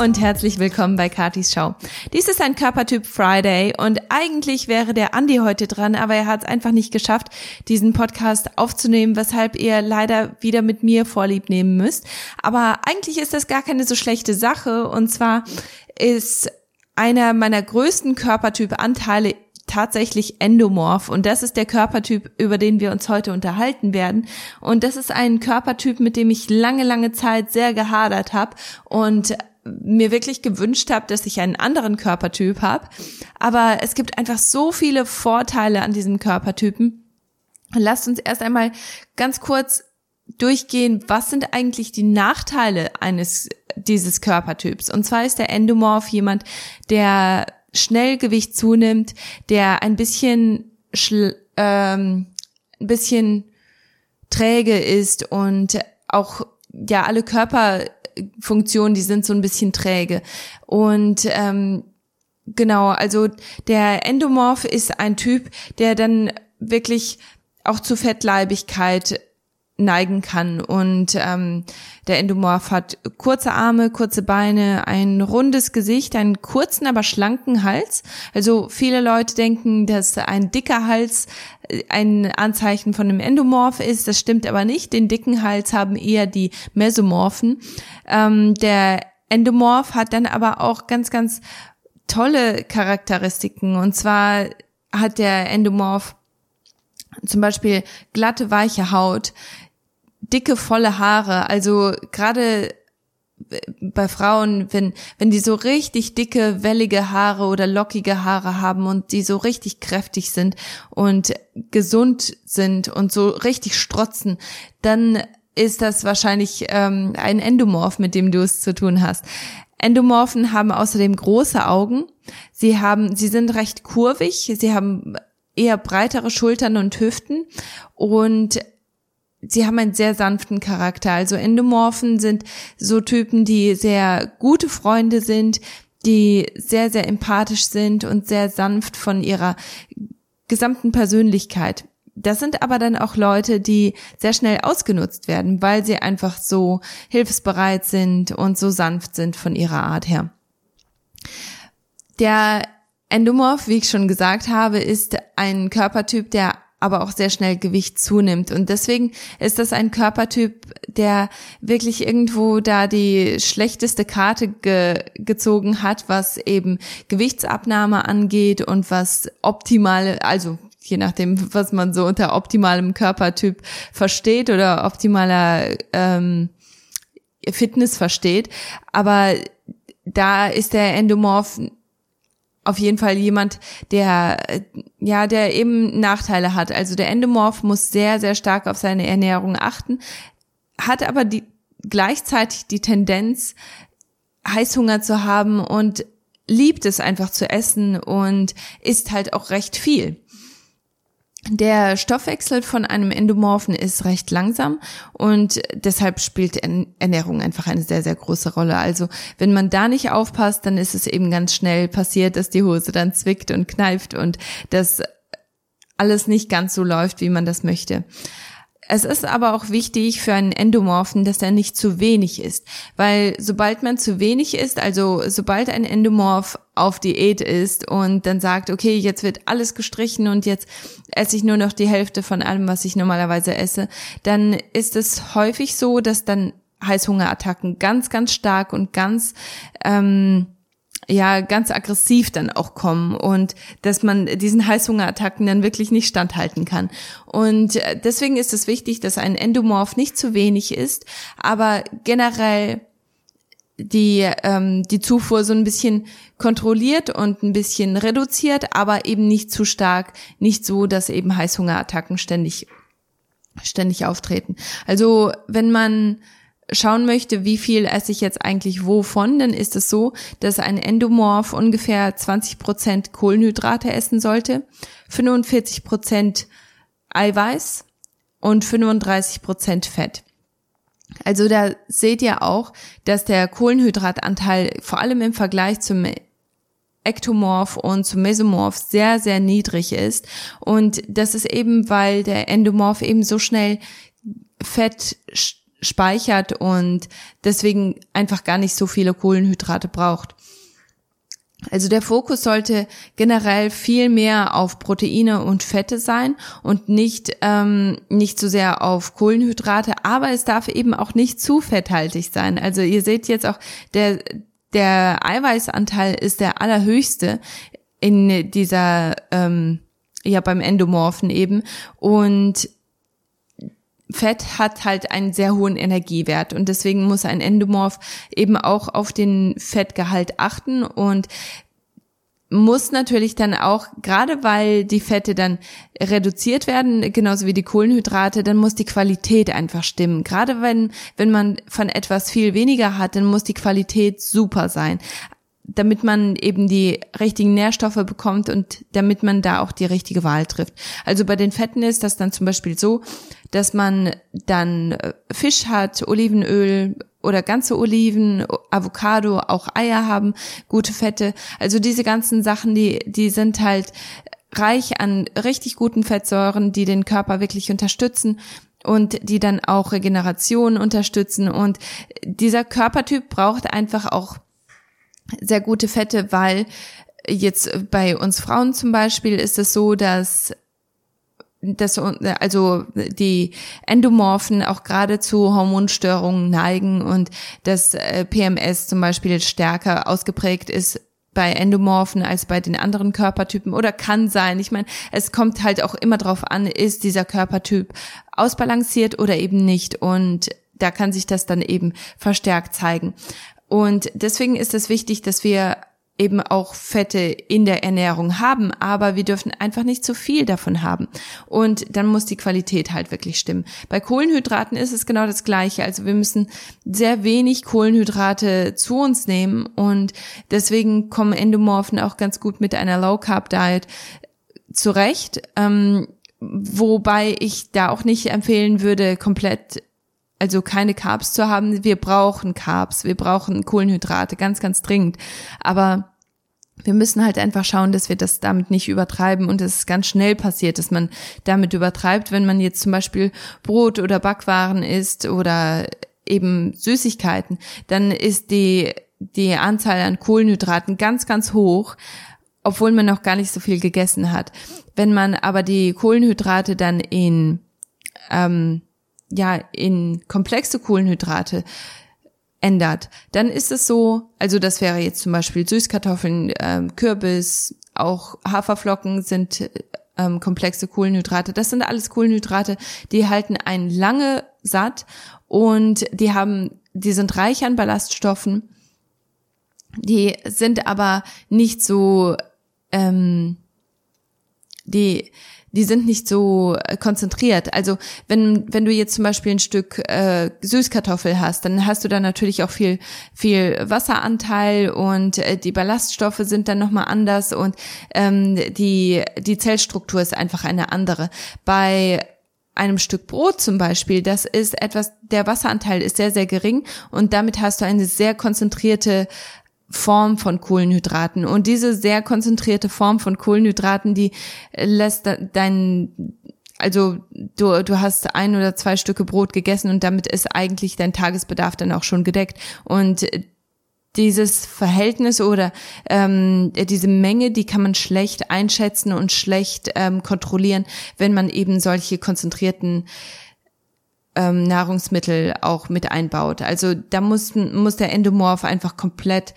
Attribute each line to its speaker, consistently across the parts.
Speaker 1: und herzlich willkommen bei Katis Show. Dies ist ein Körpertyp Friday und eigentlich wäre der Andi heute dran, aber er hat es einfach nicht geschafft, diesen Podcast aufzunehmen, weshalb ihr leider wieder mit mir Vorlieb nehmen müsst. Aber eigentlich ist das gar keine so schlechte Sache, und zwar ist einer meiner größten Körpertyp-Anteile tatsächlich Endomorph, und das ist der Körpertyp, über den wir uns heute unterhalten werden, und das ist ein Körpertyp, mit dem ich lange Zeit sehr gehadert habe und mir wirklich gewünscht habe, dass ich einen anderen Körpertyp habe, aber es gibt einfach so viele Vorteile an diesem Körpertypen. Lasst uns erst einmal ganz kurz durchgehen, was sind eigentlich die Nachteile dieses Körpertyps, und zwar ist der Endomorph jemand, der schnell Gewicht zunimmt, der ein bisschen träge ist und auch alle Körperfunktionen, die sind so ein bisschen träge. Und genau, also der Endomorph ist ein Typ, der dann wirklich auch zu Fettleibigkeit neigen kann, und der Endomorph hat kurze Arme, kurze Beine, ein rundes Gesicht, einen kurzen, aber schlanken Hals. Also viele Leute denken, dass ein dicker Hals ein Anzeichen von einem Endomorph ist. Das stimmt aber nicht. Den dicken Hals haben eher die Mesomorphen. Der Endomorph hat dann aber auch ganz tolle Charakteristiken, und zwar hat der Endomorph zum Beispiel glatte, weiche Haut, dicke, volle Haare. Also gerade bei Frauen, wenn die so richtig dicke, wellige Haare oder lockige Haare haben und die so richtig kräftig sind und gesund sind und so richtig strotzen, dann ist das wahrscheinlich ein Endomorph, mit dem du es zu tun hast. Endomorphen haben außerdem große Augen. Sie sind recht kurvig. Sie haben eher breitere Schultern und Hüften, und sie haben einen sehr sanften Charakter. Also Endomorphen sind so Typen, die sehr gute Freunde sind, die sehr empathisch sind und sehr sanft von ihrer gesamten Persönlichkeit. Das sind aber dann auch Leute, die sehr schnell ausgenutzt werden, weil sie einfach so hilfsbereit sind und so sanft sind von ihrer Art her. Der Endomorph, wie ich schon gesagt habe, ist ein Körpertyp, der aber auch sehr schnell Gewicht zunimmt, und deswegen ist das ein Körpertyp, der wirklich irgendwo da die schlechteste Karte gezogen hat, was eben Gewichtsabnahme angeht und was optimale, also je nachdem, was man so unter optimalem Körpertyp versteht oder optimaler Fitness versteht, aber da ist der Endomorph auf jeden Fall jemand, der eben Nachteile hat. Also der Endomorph muss sehr stark auf seine Ernährung achten, hat aber gleichzeitig die Tendenz, Heißhunger zu haben und liebt es einfach zu essen und isst halt auch recht viel. Der Stoffwechsel von einem Endomorphen ist recht langsam, und deshalb spielt Ernährung einfach eine sehr große Rolle. Also wenn man da nicht aufpasst, dann ist es eben ganz schnell passiert, dass die Hose dann zwickt und kneift und dass alles nicht ganz so läuft, wie man das möchte. Es ist aber auch wichtig für einen Endomorphen, dass er nicht zu wenig ist, weil sobald man zu wenig isst, also sobald ein Endomorph auf Diät ist und dann sagt, okay, jetzt wird alles gestrichen und jetzt esse ich nur noch die Hälfte von allem, was ich normalerweise esse, dann ist es häufig so, dass dann Heißhungerattacken ganz stark und ganz aggressiv dann auch kommen, und dass man diesen Heißhungerattacken dann wirklich nicht standhalten kann. Und deswegen ist es wichtig, dass ein Endomorph nicht zu wenig ist, aber generell die Zufuhr so ein bisschen kontrolliert und ein bisschen reduziert, aber eben nicht zu stark, nicht so, dass eben Heißhungerattacken ständig auftreten. Also wenn man schauen möchte, wie viel esse ich jetzt eigentlich wovon, dann ist es so, dass ein Endomorph ungefähr 20% Kohlenhydrate essen sollte, 45% Eiweiß und 35% Fett. Also da seht ihr auch, dass der Kohlenhydratanteil vor allem im Vergleich zum Ektomorph und zum Mesomorph sehr niedrig ist, und das ist eben, weil der Endomorph eben so schnell Fett speichert und deswegen einfach gar nicht so viele Kohlenhydrate braucht. Also der Fokus sollte generell viel mehr auf Proteine und Fette sein und nicht so sehr auf Kohlenhydrate, aber es darf eben auch nicht zu fetthaltig sein. Also ihr seht jetzt auch, der Eiweißanteil ist der allerhöchste in dieser, beim Endomorphen eben, und Fett hat halt einen sehr hohen Energiewert und deswegen muss ein Endomorph eben auch auf den Fettgehalt achten und muss natürlich dann auch, gerade weil die Fette dann reduziert werden, genauso wie die Kohlenhydrate, dann muss die Qualität einfach stimmen. Gerade wenn man von etwas viel weniger hat, dann muss die Qualität super sein, damit man eben die richtigen Nährstoffe bekommt und damit man da auch die richtige Wahl trifft. Also bei den Fetten ist das dann zum Beispiel so, dass man dann Fisch hat, Olivenöl oder ganze Oliven, Avocado, auch Eier haben gute Fette. Also diese ganzen Sachen, die sind halt reich an richtig guten Fettsäuren, die den Körper wirklich unterstützen und die dann auch Regeneration unterstützen. Und dieser Körpertyp braucht einfach auch sehr gute Fette, weil jetzt bei uns Frauen zum Beispiel ist es so, dass also die Endomorphen auch gerade zu Hormonstörungen neigen und dass PMS zum Beispiel stärker ausgeprägt ist bei Endomorphen als bei den anderen Körpertypen oder kann sein. Ich meine, es kommt halt auch immer drauf an, ist dieser Körpertyp ausbalanciert oder eben nicht, und da kann sich das dann eben verstärkt zeigen. Und deswegen ist es wichtig, dass wir eben auch Fette in der Ernährung haben, aber wir dürfen einfach nicht zu viel davon haben. Und dann muss die Qualität halt wirklich stimmen. Bei Kohlenhydraten ist es genau das Gleiche. Also wir müssen sehr wenig Kohlenhydrate zu uns nehmen und deswegen kommen Endomorphen auch ganz gut mit einer Low-Carb-Diet zurecht. Wobei ich da auch nicht empfehlen würde, also keine Carbs zu haben. Wir brauchen Carbs, wir brauchen Kohlenhydrate, ganz, ganz dringend. Aber wir müssen halt einfach schauen, dass wir das damit nicht übertreiben und es ist ganz schnell passiert, dass man damit übertreibt, wenn man jetzt zum Beispiel Brot oder Backwaren isst oder eben Süßigkeiten, dann ist die Anzahl an Kohlenhydraten ganz, ganz hoch, obwohl man noch gar nicht so viel gegessen hat. Wenn man aber die Kohlenhydrate dann in komplexe Kohlenhydrate ändert, dann ist es so, also das wäre jetzt zum Beispiel Süßkartoffeln, Kürbis, auch Haferflocken sind komplexe Kohlenhydrate. Das sind alles Kohlenhydrate, die halten einen lange satt und die sind reich an Ballaststoffen, die sind aber nicht so, die sind nicht so konzentriert. Also wenn du jetzt zum Beispiel ein Stück Süßkartoffel hast, dann hast du da natürlich auch viel Wasseranteil und die Ballaststoffe sind dann nochmal anders und die Zellstruktur ist einfach eine andere. Bei einem Stück Brot zum Beispiel, das ist der Wasseranteil ist sehr, sehr gering und damit hast du eine sehr konzentrierte Form von Kohlenhydraten. Und diese sehr konzentrierte Form von Kohlenhydraten, die lässt also du hast 1 oder 2 Stücke Brot gegessen und damit ist eigentlich dein Tagesbedarf dann auch schon gedeckt. Und dieses Verhältnis oder diese Menge, die kann man schlecht einschätzen und schlecht kontrollieren, wenn man eben solche konzentrierten Nahrungsmittel auch mit einbaut. Also da muss der Endomorph einfach komplett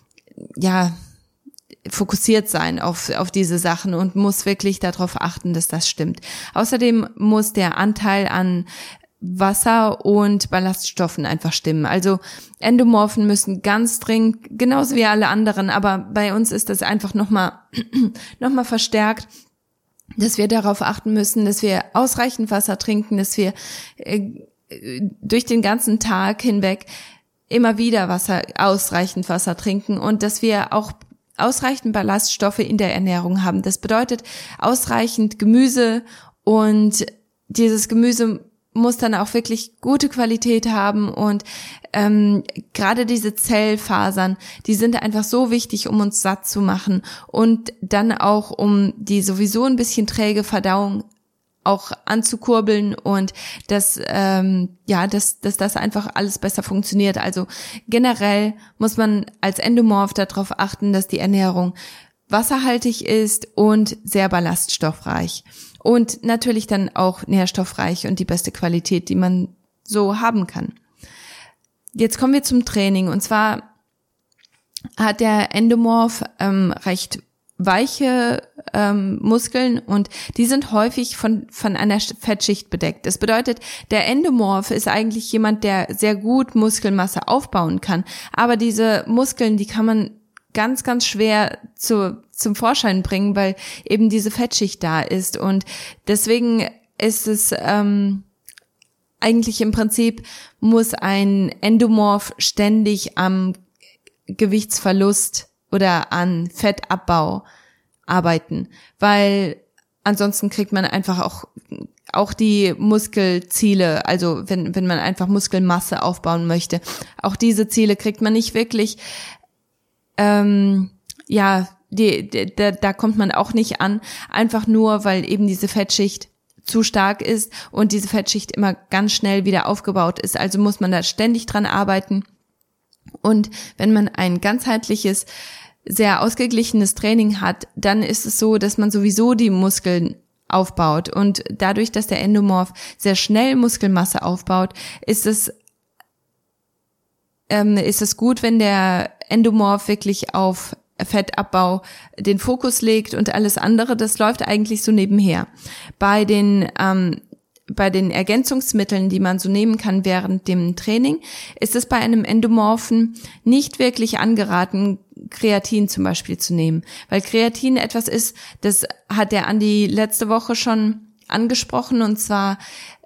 Speaker 1: fokussiert sein auf diese Sachen und muss wirklich darauf achten, dass das stimmt. Außerdem muss der Anteil an Wasser und Ballaststoffen einfach stimmen. Also Endomorphen müssen ganz dringend, genauso wie alle anderen, aber bei uns ist das einfach nochmal verstärkt, dass wir darauf achten müssen, dass wir ausreichend Wasser trinken, dass wir durch den ganzen Tag hinweg immer wieder ausreichend Wasser trinken und dass wir auch ausreichend Ballaststoffe in der Ernährung haben. Das bedeutet ausreichend Gemüse und dieses Gemüse muss dann auch wirklich gute Qualität haben und gerade diese Zellfasern, die sind einfach so wichtig, um uns satt zu machen und dann auch, um die sowieso ein bisschen träge Verdauung auch anzukurbeln und dass das einfach alles besser funktioniert. Also generell muss man als Endomorph darauf achten, dass die Ernährung wasserhaltig ist und sehr ballaststoffreich und natürlich dann auch nährstoffreich und die beste Qualität, die man so haben kann. Jetzt kommen wir zum Training, und zwar hat der Endomorph recht weiche Muskeln, und die sind häufig von einer Fettschicht bedeckt. Das bedeutet, der Endomorph ist eigentlich jemand, der sehr gut Muskelmasse aufbauen kann, aber diese Muskeln, die kann man ganz, ganz schwer zum Vorschein bringen, weil eben diese Fettschicht da ist, und deswegen ist es eigentlich im Prinzip muss ein Endomorph ständig am Gewichtsverlust oder an Fettabbau arbeiten, weil ansonsten kriegt man einfach auch die Muskelziele, also wenn man einfach Muskelmasse aufbauen möchte, auch diese Ziele kriegt man nicht wirklich, da kommt man auch nicht an, einfach nur, weil eben diese Fettschicht zu stark ist und diese Fettschicht immer ganz schnell wieder aufgebaut ist. Also muss man da ständig dran arbeiten. Und wenn man ein ganzheitliches, sehr ausgeglichenes Training hat, dann ist es so, dass man sowieso die Muskeln aufbaut. Und dadurch, dass der Endomorph sehr schnell Muskelmasse aufbaut, ist es gut, wenn der Endomorph wirklich auf Fettabbau den Fokus legt, und alles andere, das läuft eigentlich so nebenher. Bei den Ergänzungsmitteln, die man so nehmen kann während dem Training, ist es bei einem Endomorphen nicht wirklich angeraten, Kreatin zum Beispiel zu nehmen, weil Kreatin etwas ist, das hat der Andi letzte Woche schon angesprochen, und zwar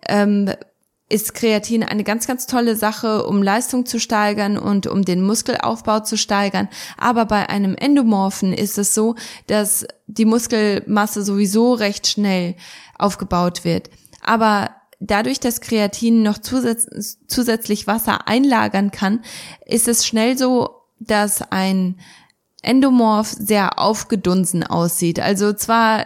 Speaker 1: ist Kreatin eine ganz, ganz tolle Sache, um Leistung zu steigern und um den Muskelaufbau zu steigern. Aber bei einem Endomorphen ist es so, dass die Muskelmasse sowieso recht schnell aufgebaut wird. Aber dadurch, dass Kreatin noch zusätzlich Wasser einlagern kann, ist es schnell so, dass ein Endomorph sehr aufgedunsen aussieht. Also zwar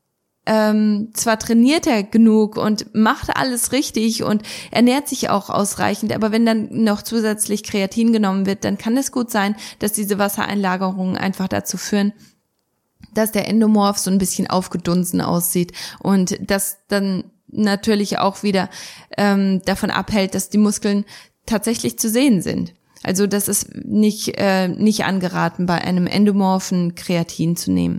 Speaker 1: trainiert er genug und macht alles richtig und ernährt sich auch ausreichend, aber wenn dann noch zusätzlich Kreatin genommen wird, dann kann es gut sein, dass diese Wassereinlagerungen einfach dazu führen, dass der Endomorph so ein bisschen aufgedunsen aussieht, und das dann natürlich auch wieder davon abhält, dass die Muskeln tatsächlich zu sehen sind. Also das ist nicht angeraten, bei einem Endomorphen Kreatin zu nehmen.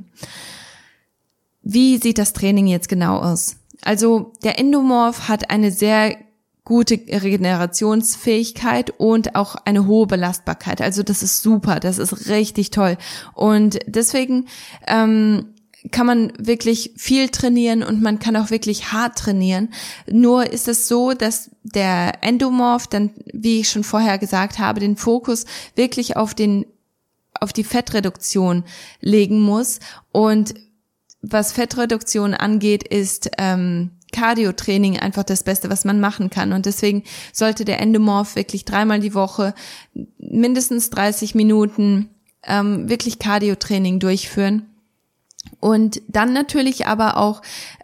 Speaker 1: Wie sieht das Training jetzt genau aus? Also der Endomorph hat eine sehr gute Regenerationsfähigkeit und auch eine hohe Belastbarkeit. Also das ist super, das ist richtig toll. Und deswegen kann man wirklich viel trainieren und man kann auch wirklich hart trainieren. Nur ist es so, dass der Endomorph dann, wie ich schon vorher gesagt habe, den Fokus wirklich auf die Fettreduktion legen muss. Und was Fettreduktion angeht, ist Cardio-Training einfach das Beste, was man machen kann. Und deswegen sollte der Endomorph wirklich 3-mal die Woche mindestens 30 Minuten wirklich Cardio-Training durchführen. Und dann natürlich aber auch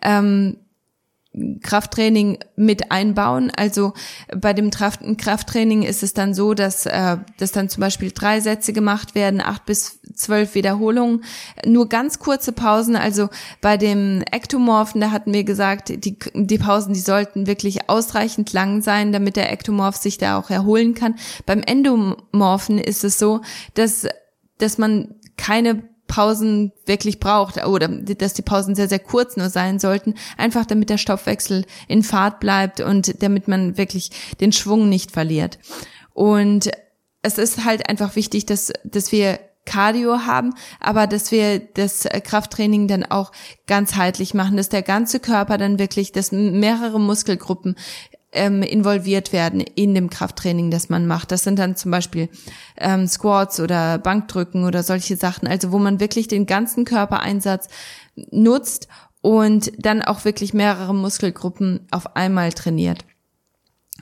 Speaker 1: Krafttraining mit einbauen. Also bei dem Krafttraining ist es dann so, dass dann zum Beispiel 3 Sätze gemacht werden, 8 bis 12 Wiederholungen, nur ganz kurze Pausen. Also bei dem Ektomorphen, da hatten wir gesagt, die Pausen, die sollten wirklich ausreichend lang sein, damit der Ektomorph sich da auch erholen kann. Beim Endomorphen ist es so, dass man keine Pausen wirklich braucht, oder dass die Pausen sehr, sehr kurz nur sein sollten, einfach damit der Stoffwechsel in Fahrt bleibt und damit man wirklich den Schwung nicht verliert. Und es ist halt einfach wichtig, dass wir Cardio haben, aber dass wir das Krafttraining dann auch ganzheitlich machen, dass der ganze Körper dann wirklich, dass mehrere Muskelgruppen involviert werden in dem Krafttraining, das man macht. Das sind dann zum Beispiel Squats oder Bankdrücken oder solche Sachen, also wo man wirklich den ganzen Körpereinsatz nutzt und dann auch wirklich mehrere Muskelgruppen auf einmal trainiert.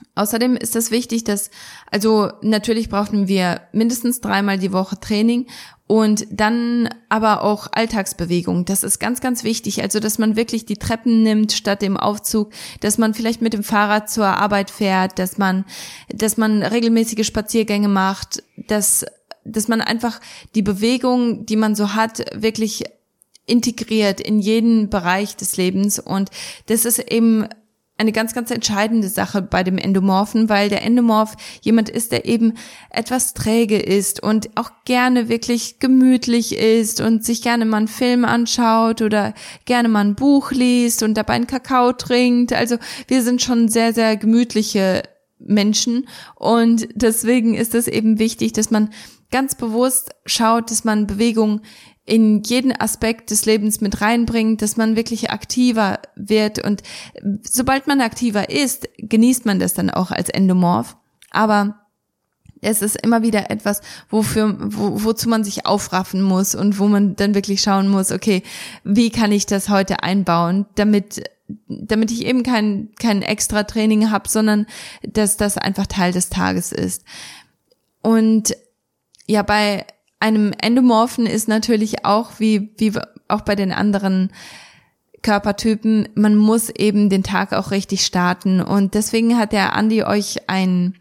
Speaker 1: Außerdem ist es wichtig, also natürlich brauchen wir mindestens 3-mal die Woche Training und dann aber auch Alltagsbewegung. Das ist ganz, ganz wichtig. Also, dass man wirklich die Treppen nimmt statt dem Aufzug, dass man vielleicht mit dem Fahrrad zur Arbeit fährt, dass man regelmäßige Spaziergänge macht, dass man einfach die Bewegung, die man so hat, wirklich integriert in jeden Bereich des Lebens. Und das ist eben eine ganz, ganz entscheidende Sache bei dem Endomorphen, weil der Endomorph jemand ist, der eben etwas träge ist und auch gerne wirklich gemütlich ist und sich gerne mal einen Film anschaut oder gerne mal ein Buch liest und dabei einen Kakao trinkt. Also wir sind schon sehr, sehr gemütliche Menschen und deswegen ist es eben wichtig, dass man ganz bewusst schaut, dass man Bewegung in jeden Aspekt des Lebens mit reinbringt, dass man wirklich aktiver wird und sobald man aktiver ist, genießt man das dann auch als Endomorph. Aber es ist immer wieder etwas, wozu man sich aufraffen muss und wo man dann wirklich schauen muss, okay, wie kann ich das heute einbauen, damit ich eben kein extra Training habe, sondern dass das einfach Teil des Tages ist. Und ja, bei einem Endomorphen ist natürlich auch, wie auch bei den anderen Körpertypen, man muss eben den Tag auch richtig starten. Und deswegen hat der Andi euch ein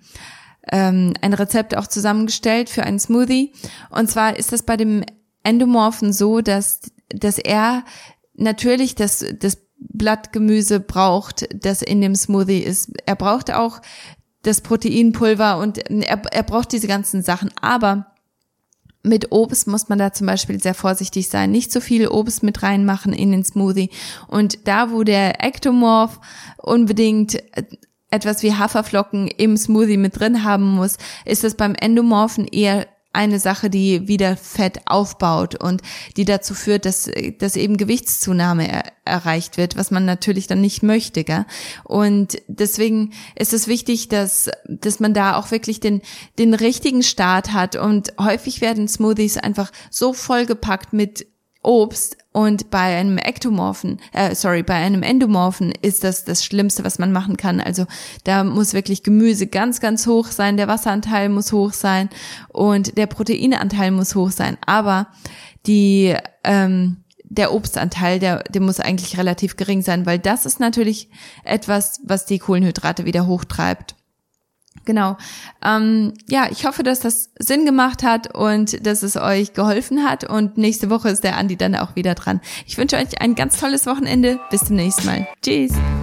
Speaker 1: Rezept auch zusammengestellt für einen Smoothie. Und zwar ist das bei dem Endomorphen so, dass er natürlich das Blattgemüse braucht, das in dem Smoothie ist. Er braucht auch das Proteinpulver und er braucht diese ganzen Sachen. Aber mit Obst muss man da zum Beispiel sehr vorsichtig sein. Nicht so viel Obst mit reinmachen in den Smoothie. Und da, wo der Ektomorph unbedingt etwas wie Haferflocken im Smoothie mit drin haben muss, ist es beim Endomorphen eher eine Sache, die wieder Fett aufbaut und die dazu führt, dass eben Gewichtszunahme erreicht wird, was man natürlich dann nicht möchte, gell? Und deswegen ist es wichtig, dass man da auch wirklich den richtigen Start hat und häufig werden Smoothies einfach so vollgepackt mit Obst und bei einem bei einem Endomorphen ist das Schlimmste, was man machen kann. Also da muss wirklich Gemüse ganz, ganz hoch sein, der Wasseranteil muss hoch sein und der Proteinanteil muss hoch sein. Aber der Obstanteil, der muss eigentlich relativ gering sein, weil das ist natürlich etwas, was die Kohlenhydrate wieder hochtreibt. Genau. Ich hoffe, dass das Sinn gemacht hat und dass es euch geholfen hat. Und nächste Woche ist der Andi dann auch wieder dran. Ich wünsche euch ein ganz tolles Wochenende. Bis zum nächsten Mal. Tschüss.